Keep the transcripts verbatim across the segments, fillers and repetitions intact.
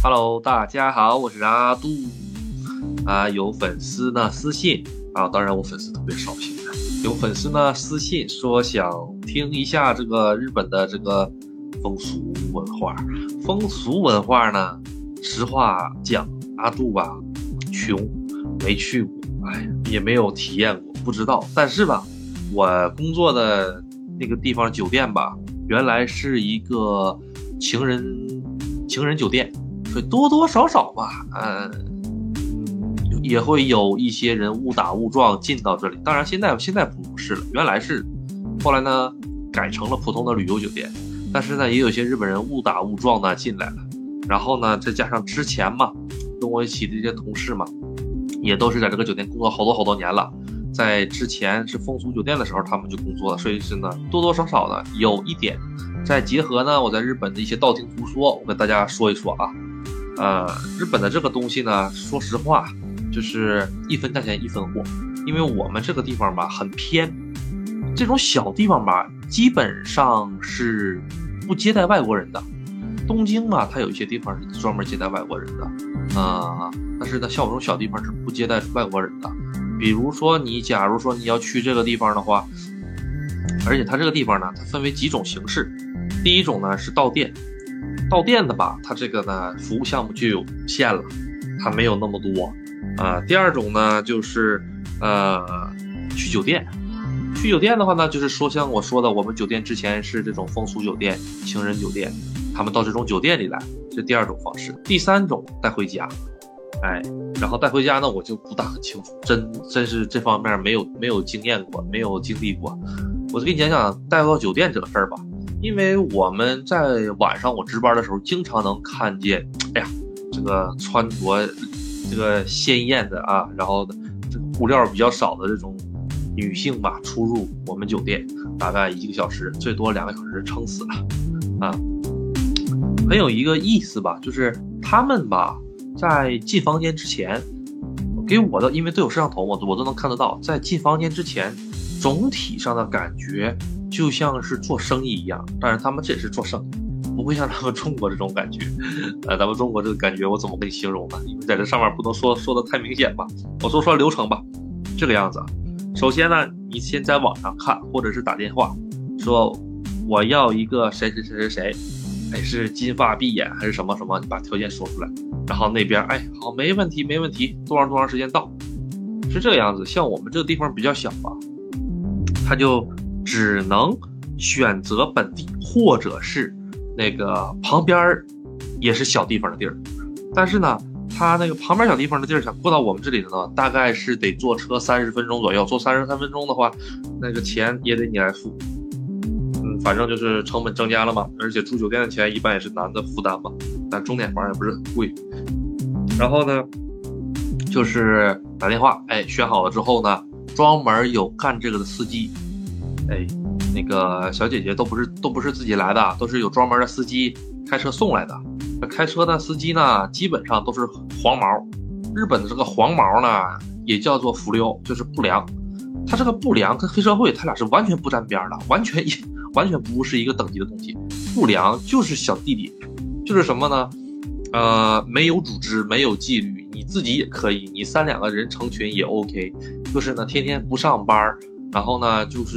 Hello， 大家好，我是阿杜啊。有粉丝呢私信啊，当然我粉丝特别少，现在有粉丝呢私信说想听一下这个日本的这个风俗文化。风俗文化呢，实话讲，阿杜吧，穷，没去过，哎，也没有体验过，不知道。但是吧，我工作的那个地方酒店吧，原来是一个情人情人酒店。所以多多少少吧，呃，也会有一些人误打误撞进到这里。当然现在现在不是了，原来是，后来呢改成了普通的旅游酒店。但是呢，也有些日本人误打误撞的进来了。然后呢，再加上之前嘛，跟我一起的这些同事嘛，也都是在这个酒店工作好多好多年了。在之前是风俗酒店的时候，他们就工作了，所以是呢多多少少的有一点。再结合呢，我在日本的一些道听途说，我跟大家说一说啊。呃，日本的这个东西呢，说实话，就是一分价钱一分货。因为我们这个地方吧很偏，这种小地方吧，基本上是不接待外国人的。东京嘛，它有一些地方是专门接待外国人的，啊、呃，但是呢，像我这种小地方是不接待外国人的。比如说你，假如说你要去这个地方的话，而且它这个地方呢，它分为几种形式。第一种呢是到店。到店的吧，它这个呢服务项目就有限了，它没有那么多啊、呃。第二种呢就是呃去酒店，去酒店的话呢，就是说像我说的，我们酒店之前是这种风俗酒店、情人酒店，他们到这种酒店里来，这第二种方式。第三种带回家，哎，然后带回家呢，我就不大很清楚，真真是这方面没有没有经验过，没有经历过。我就给你讲讲带到酒店这个事儿吧。因为我们在晚上我值班的时候，经常能看见，哎呀，这个穿着这个鲜艳的啊，然后这个布料比较少的这种女性吧，出入我们酒店，大概一个小时，最多两个小时，撑死了啊。很有一个意思吧，就是他们吧，在进房间之前，给我的，因为都有摄像头，我我都能看得到，在进房间之前，总体上的感觉就像是做生意一样。当然他们这也是做生意，不会像他们中国这种感觉。呃，咱们中国这个感觉我怎么跟你形容呢？因为在这上面不能说说的太明显吧。我说说流程吧，这个样子。首先呢，你先在网上看，或者是打电话，说我要一个谁谁谁谁谁，哎，是金发碧眼还是什么什么，你把条件说出来。然后那边哎好，没问题没问题，多长多长时间到，是这个样子。像我们这个地方比较小吧，他就只能选择本地，或者是那个旁边也是小地方的地儿。但是呢，他那个旁边小地方的地儿想过到我们这里的呢，大概是得坐车三十分钟左右。坐三十三分钟的话，那个钱也得你来付。嗯，反正就是成本增加了嘛，而且住酒店的钱一般也是男的负担嘛，但钟点房也不是很贵。然后呢，就是打电话，哎，选好了之后呢，专门有干这个的司机。哎，那个小姐姐都不是都不是自己来的，都是有专门的司机开车送来的。开车的司机呢，基本上都是黄毛。日本的这个黄毛呢，也叫做浮溜，就是不良。他这个不良跟黑社会，他俩是完全不沾边的，完全完全不是一个等级的东西。不良就是小弟弟，就是什么呢？呃，没有组织，没有纪律，你自己也可以，你三两个人成群也 OK。就是呢，天天不上班。然后呢，就是，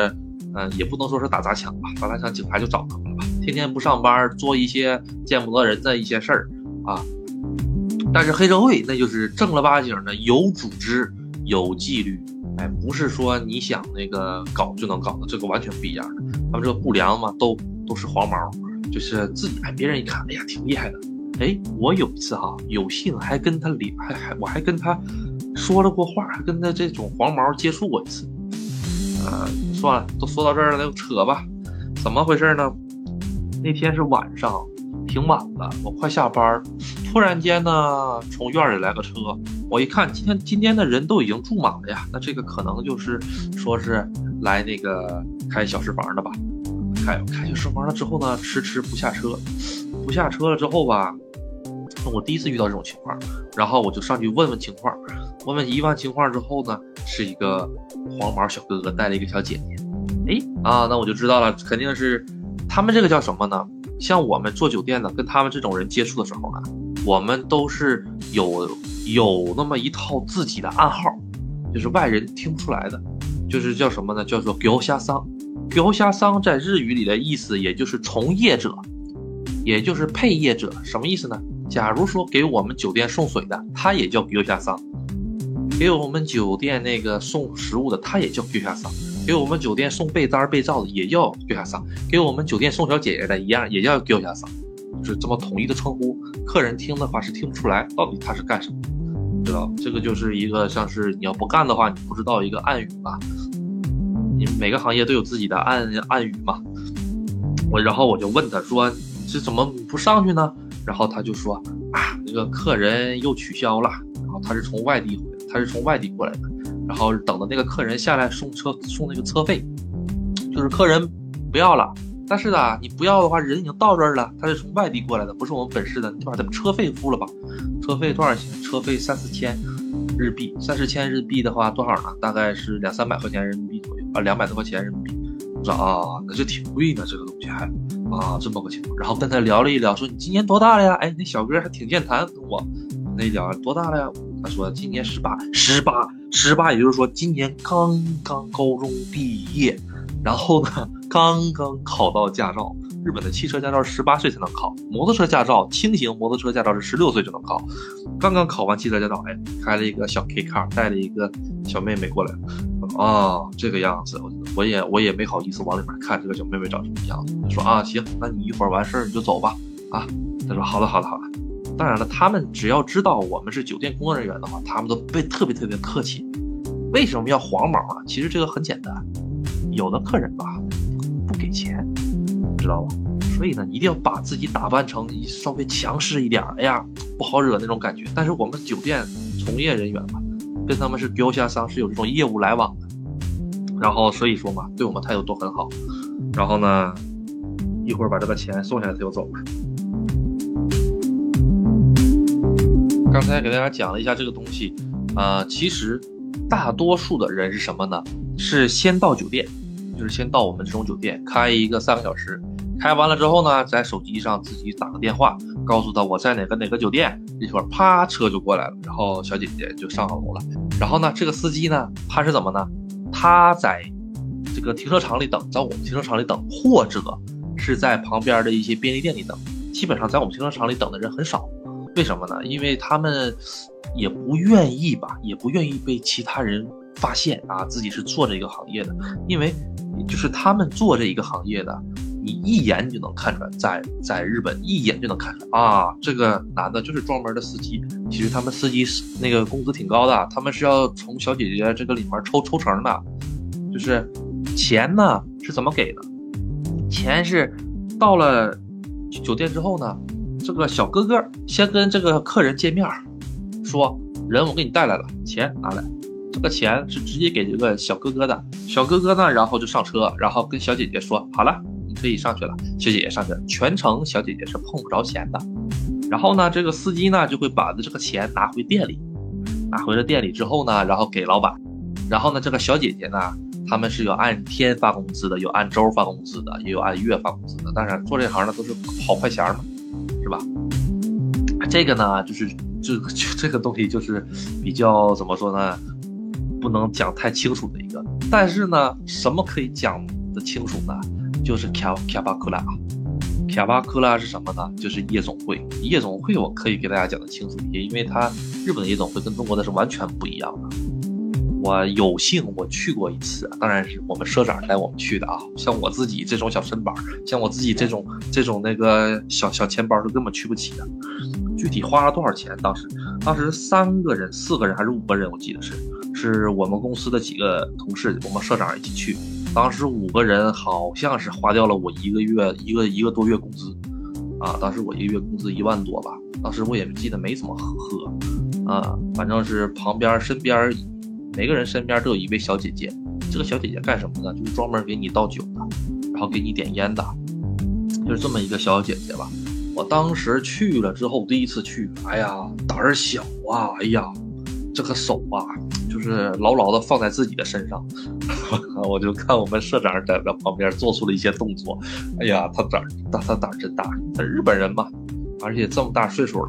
嗯、呃，也不能说是打砸抢吧，打砸抢警察就找他们了吧。天天不上班，做一些见不得人的一些事儿啊。但是黑社会那就是正儿八经的，有组织、有纪律，哎，不是说你想那个搞就能搞的，这个完全不一样的。他们这个不良嘛，都都是黄毛，就是自己哎，别人一看，哎呀，挺厉害的。哎，我有一次哈，有幸还跟他聊，还还我还跟他说了过话，还跟他这种黄毛接触过一次。呃，算了，都说到这儿了，那就扯吧。怎么回事呢？那天是晚上，挺晚了，我快下班，突然间呢，从院里来个车，我一看，今天今天的人都已经住满了呀，那这个可能就是说是来那个开小时房的吧。开开小时房了之后呢，迟迟不下车，不下车了之后吧，我第一次遇到这种情况，然后我就上去问问情况。问问一万情况之后呢，是一个黄毛小哥哥带了一个小姐姐。哎啊，那我就知道了，肯定是他们这个叫什么呢？像我们做酒店的，跟他们这种人接触的时候呢， 我们都是有有那么一套自己的暗号，就是外人听不出来的，就是叫什么呢？叫做교샤상。교샤상在日语里的意思也就是从业者，也就是配业者。什么意思呢？假如说给我们酒店送水的，他也叫교샤상；给我们酒店那个送食物的，他也叫교샤상；给我们酒店送被单被罩的也叫교샤상；给我们酒店送小姐姐的一样也叫교샤상。就是这么统一的称呼，客人听的话是听不出来到底他是干什么，知道？这个就是一个像是你要不干的话，你不知道一个暗语吧？你每个行业都有自己的暗暗语嘛。我然后我就问他说：“这怎么不上去呢？”然后他就说：“啊，那个客人又取消了，然后他是从外地回来，他是从外地过来的，然后等着那个客人下来送车送那个车费，就是客人不要了。”但是呢，你不要的话，人已经到这儿了，他是从外地过来的，不是我们本市的，你把他们车费付了吧？车费多少钱？车费三四千日币，三四千日币的话多少呢？大概是两三百块钱人民币左右啊，两百多块钱人民币。我说啊，那就挺贵呢，这个东西还啊这么个情况。然后跟他聊了一聊，说你今年多大了呀？哎，那小哥还挺健谈，跟我那一聊多大了呀？他说今年十八，十八，十八，也就是说今年刚刚高中毕业。然后呢，刚刚考到驾照。日本的汽车驾照是十八岁才能考，摩托车驾照，轻型摩托车驾照是十六岁就能考。刚刚考完汽车驾照，哎，开了一个小 K car， 带了一个小妹妹过来。哦，这个样子，我也我也没好意思往里面看这个小妹妹长什么样子。就说啊，行，那你一会儿完事儿你就走吧。啊，他说好的好的好的。当然了，他们只要知道我们是酒店工作人员的话，他们都被特别特别客气。为什么要黄毛啊？其实这个很简单。有的客人吧不给钱，知道吧？所以呢，一定要把自己打扮成稍微强势一点，哎呀，不好惹那种感觉。但是我们酒店从业人员嘛，跟他们是교샤상是有这种业务来往的，然后所以说嘛，对我们态度都很好。然后呢，一会儿把这个钱送下来他就走了。刚才给大家讲了一下这个东西，呃，其实大多数的人是什么呢？是先到酒店。就是先到我们这种酒店开一个三个小时，开完了之后呢，在手机上自己打个电话，告诉他我在哪个哪个酒店，一会儿啪车就过来了，然后小姐姐就上楼了。然后呢，这个司机呢，他是怎么呢？他在这个停车场里等，在我们停车场里等，或者是在旁边的一些便利店里等。基本上在我们停车场里等的人很少，为什么呢？因为他们也不愿意吧，也不愿意被其他人发现啊，自己是做这一个行业的，因为就是他们做这一个行业的，你一眼就能看出来，在在日本一眼就能看出来啊，这个男的就是专门的司机。其实他们司机那个工资挺高的，他们是要从小姐姐这个里面抽抽成的，就是钱呢是怎么给的？钱是到了酒店之后呢，这个小哥哥先跟这个客人见面，说人我给你带来了，钱拿来。这个钱是直接给这个小哥哥的，小哥哥呢，然后就上车，然后跟小姐姐说好了，你可以上去了。小姐姐上去了，全程小姐姐是碰不着钱的。然后呢，这个司机呢就会把这个钱拿回店里，拿回了店里之后呢，然后给老板。然后呢，这个小姐姐呢，他们是有按天发工资的，有按周发工资的，也有按月发工资的。当然做这行的都是好快钱嘛，是吧？这个呢，就是这个这个东西就是比较怎么说呢？不能讲太清楚的一个，但是呢，什么可以讲的清楚呢？就是キャキャバクラ，キャバクラ是什么呢？就是夜总会。夜总会我可以给大家讲的清楚一些，因为它日本的夜总会跟中国的是完全不一样的。我有幸我去过一次，当然是我们社长带我们去的啊。像我自己这种小身板，像我自己这种这种那个小小钱包是根本去不起的。具体花了多少钱？当时当时三个人、四个人还是五个人，我记得是。是我们公司的几个同事，我们社长一起去。当时五个人好像是花掉了我一个月一个一个多月工资啊！当时我一个月工资一万多吧。当时我也记得没怎么喝啊，反正是旁边身边每个人身边都有一位小姐姐。这个小姐姐干什么呢？就是专门给你倒酒的，然后给你点烟的，就是这么一个小姐姐吧。我当时去了之后，第一次去，哎呀，胆儿小啊，哎呀，这个手啊。就是牢牢的放在自己的身上，我就看我们社长在旁边做出了一些动作。哎呀，他胆他他胆真大，他日本人嘛，而且这么大岁数了，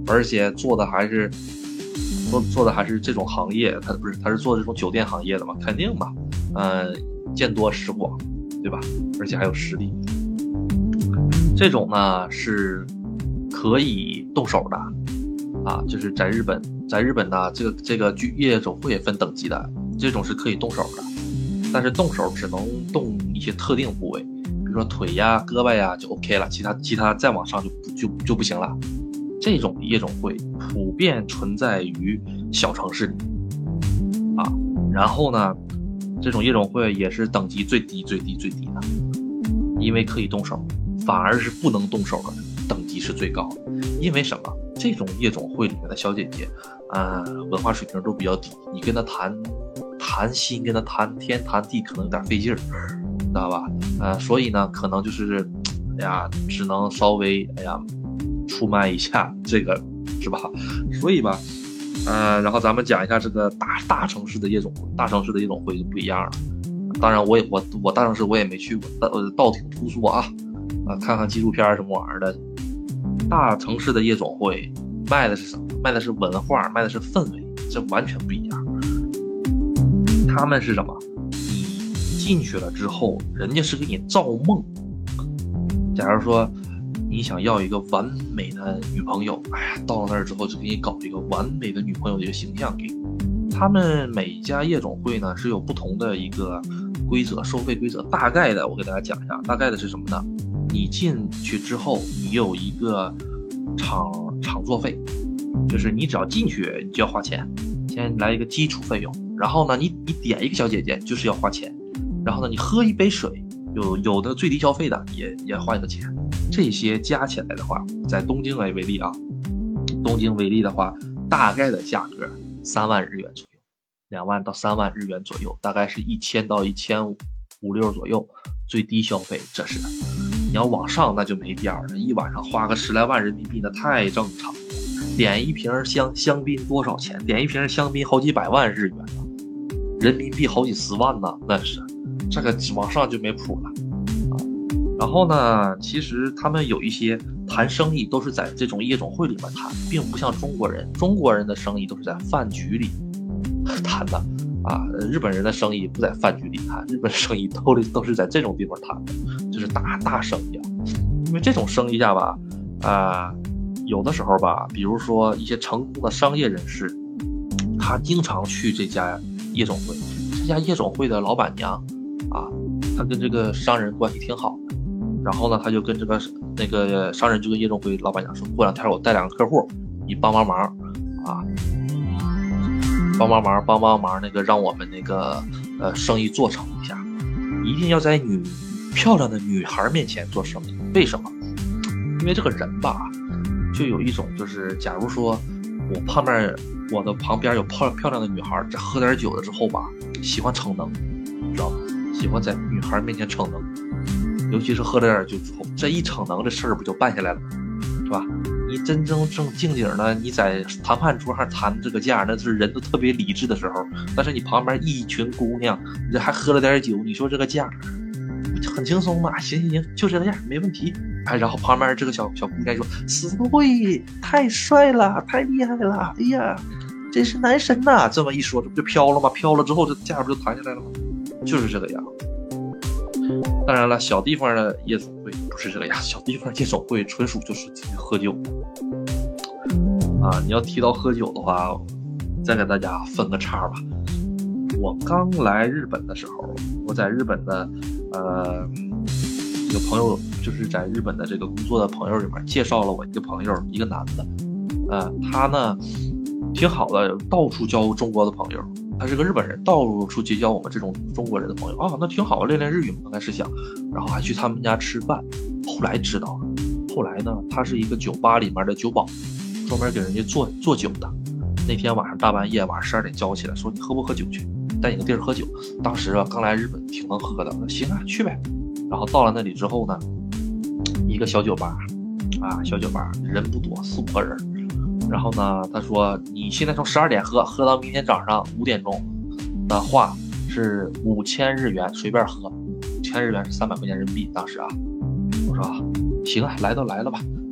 而且做的还是做做的还是这种行业，他不是他是做这种酒店行业的嘛，肯定嘛，呃，见多识广，对吧？而且还有实力，这种呢是可以动手的啊，就是在日本，在日本呢，这个这个夜总会也分等级的，这种是可以动手的，但是动手只能动一些特定部位，比如说腿呀、胳膊呀就 OK 了，其他其他再往上就就就不行了。这种夜总会普遍存在于小城市里啊，然后呢，这种夜总会也是等级最低最低最低的，因为可以动手，反而是不能动手的等级是最高的。因为什么？这种夜总会里面的小姐姐，呃，文化水平都比较低，你跟她谈谈心，跟她谈天谈地，可能有点费劲儿，知道吧？呃，所以呢，可能就是，哎呀，只能稍微，哎呀。出卖一下这个是吧？所以吧，呃，然后咱们讲一下这个大大城市的夜总会，大城市的夜总会就不一样了。当然我也我我大城市我也没去过，呃，道听途说啊，啊，看看纪录片什么玩意儿的。大城市的夜总会卖的是什么？卖的是文化，卖的是氛围，这完全不一样。他们是什么？你进去了之后，人家是给你造梦。假如说你想要一个完美的女朋友，哎呀，到了那儿之后就给你搞一个完美的女朋友的一个形象给你。他们每家夜总会呢是有不同的一个规则，收费规则。大概的我给大家讲一下，大概的是什么呢？你进去之后，你有一个场场座费，就是你只要进去，你就要花钱，先来一个基础费用。然后呢，你你点一个小姐姐就是要花钱，然后呢，你喝一杯水，有有的最低消费的也也花一个钱。这些加起来的话，在东京为例啊，东京为例的话，大概的价格三万日元左右，两万到三万日元左右，大概是一千到一千五六左右，最低消费这是。你要往上那就没边儿了，一晚上花个十来万人民币那太正常了。点一瓶香香槟多少钱？点一瓶香槟好几百万日元呢，人民币好几十万呢，那是这个往上就没谱了。然后呢，其实他们有一些谈生意都是在这种夜总会里面谈，并不像中国人，中国人的生意都是在饭局里谈的啊。日本人的生意不在饭局里谈，日本生意都都是在这种地方谈的，就是大大生意啊。因为这种生意下吧，啊、呃，有的时候吧，比如说一些成功的商业人士，他经常去这家夜总会，这家夜总会的老板娘啊，他跟这个商人关系挺好的。然后呢，他就跟这个那个商人就跟夜总会老板娘说，过两天我带两个客户，你帮帮忙啊，帮帮忙，帮帮忙，那个让我们那个呃生意做成一下，一定要在女漂亮的女孩面前做生意。为什么？因为这个人吧，就有一种就是，假如说我旁边我的旁边有漂漂亮的女孩，这喝点酒了之后吧，喜欢逞能，知道吗？喜欢在女孩面前逞能。尤其是喝了点酒之后，这一逞能，这事儿不就办下来了，是吧？你真正正经经的，你在谈判桌上谈这个价，那是人都特别理智的时候。但是你旁边一群姑娘，你这还喝了点酒，你说这个价很轻松嘛？行行行，就这个价没问题。哎，然后旁边这个小小姑娘说：“死不会，太帅了，太厉害了！哎呀，真是男神呐、啊！”这么一说，这不就飘了吗？飘了之后，这价不就弹下来了吗？就是这个样。当然了，小地方的夜总会不是这个样，小地方夜总会纯属就是喝酒啊。你要提到喝酒的话，再给大家分个叉吧。我刚来日本的时候，我在日本的呃有朋友，就是在日本的这个工作的朋友里面介绍了我一个朋友，一个男的，呃，他呢挺好的，到处交中国的朋友。他是个日本人，到处结交我们这种中国人的朋友啊，那挺好，练练日语嘛，刚开始想，然后还去他们家吃饭。后来知道了，后来呢，他是一个酒吧里面的酒保，专门给人家做做酒的。那天晚上大半夜，晚上十二点叫我起来，说你喝不喝酒去，带你个地儿喝酒。当时啊，刚来日本，挺能喝的，我说行啊，去呗。然后到了那里之后呢，一个小酒吧，啊，小酒吧人不多，四五个人。然后呢，他说你现在从十二点喝，喝到明天早上五点钟的话是五千日元，随便喝。五千日元是三百块钱人民币，当时啊，我说行啊，来都来了吧。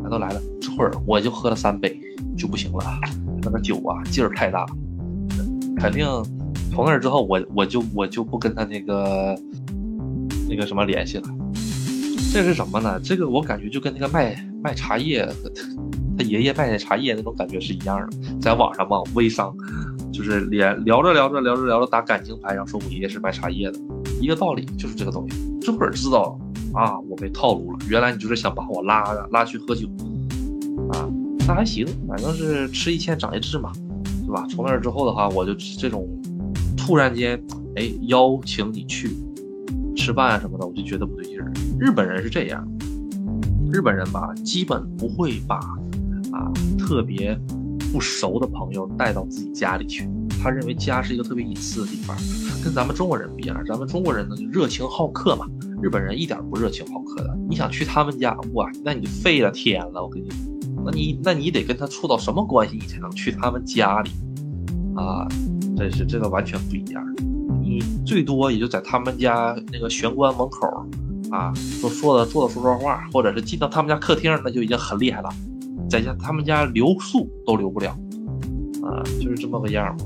来都来了，这会儿我就喝了三杯就不行了，那个酒啊劲儿太大，肯定从那之后我我就我就不跟他那个那个什么联系了。这是什么呢？这个我感觉就跟那个卖卖茶叶，他爷爷卖的茶叶那种感觉是一样的，在网上嘛，微商就是连聊着聊着聊着聊着打感情牌，然后说我爷爷是卖茶叶的，一个道理，就是这个东西。这会儿知道啊，我被套路了，原来你就是想把我拉拉去喝酒啊，那还行，反正是吃一堑长一智嘛，对吧？从那之后的话，我就这种突然间哎邀请你去吃饭啊什么的，我就觉得不对劲儿。日本人是这样，日本人吧，基本不会把啊特别不熟的朋友带到自己家里去，他认为家是一个特别隐私的地方，跟咱们中国人不一样。咱们中国人呢就热情好客嘛，日本人一点不热情好客的。你想去他们家，哇，那你废了天了，我跟你，那你那你得跟他处到什么关系，你才能去他们家里啊？这是这个完全不一样。你最多也就在他们家那个玄关门口啊，说说的坐着说说话，或者是进到他们家客厅，那就已经很厉害了。在家他们家留宿都留不了啊，就是这么个样。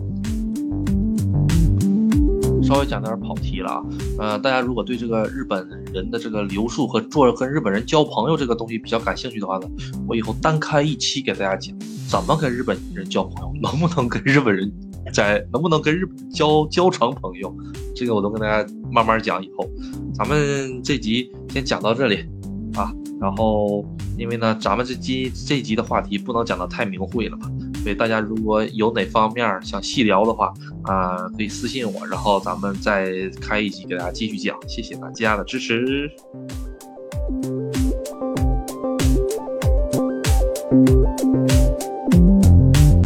稍微讲点跑题了啊，呃，大家如果对这个日本人的这个留宿和做跟日本人交朋友这个东西比较感兴趣的话呢，我以后单开一期给大家讲怎么跟日本人交朋友，能不能跟日本人在能不能跟日本人交交成朋友，这个我都跟大家慢慢讲。以后咱们这集先讲到这里啊，然后因为呢咱们这集这集的话题不能讲得太明晦了嘛，所以大家如果有哪方面想细聊的话啊、呃，可以私信我，然后咱们再开一集给大家继续讲。谢谢大家的支持。 Thank you.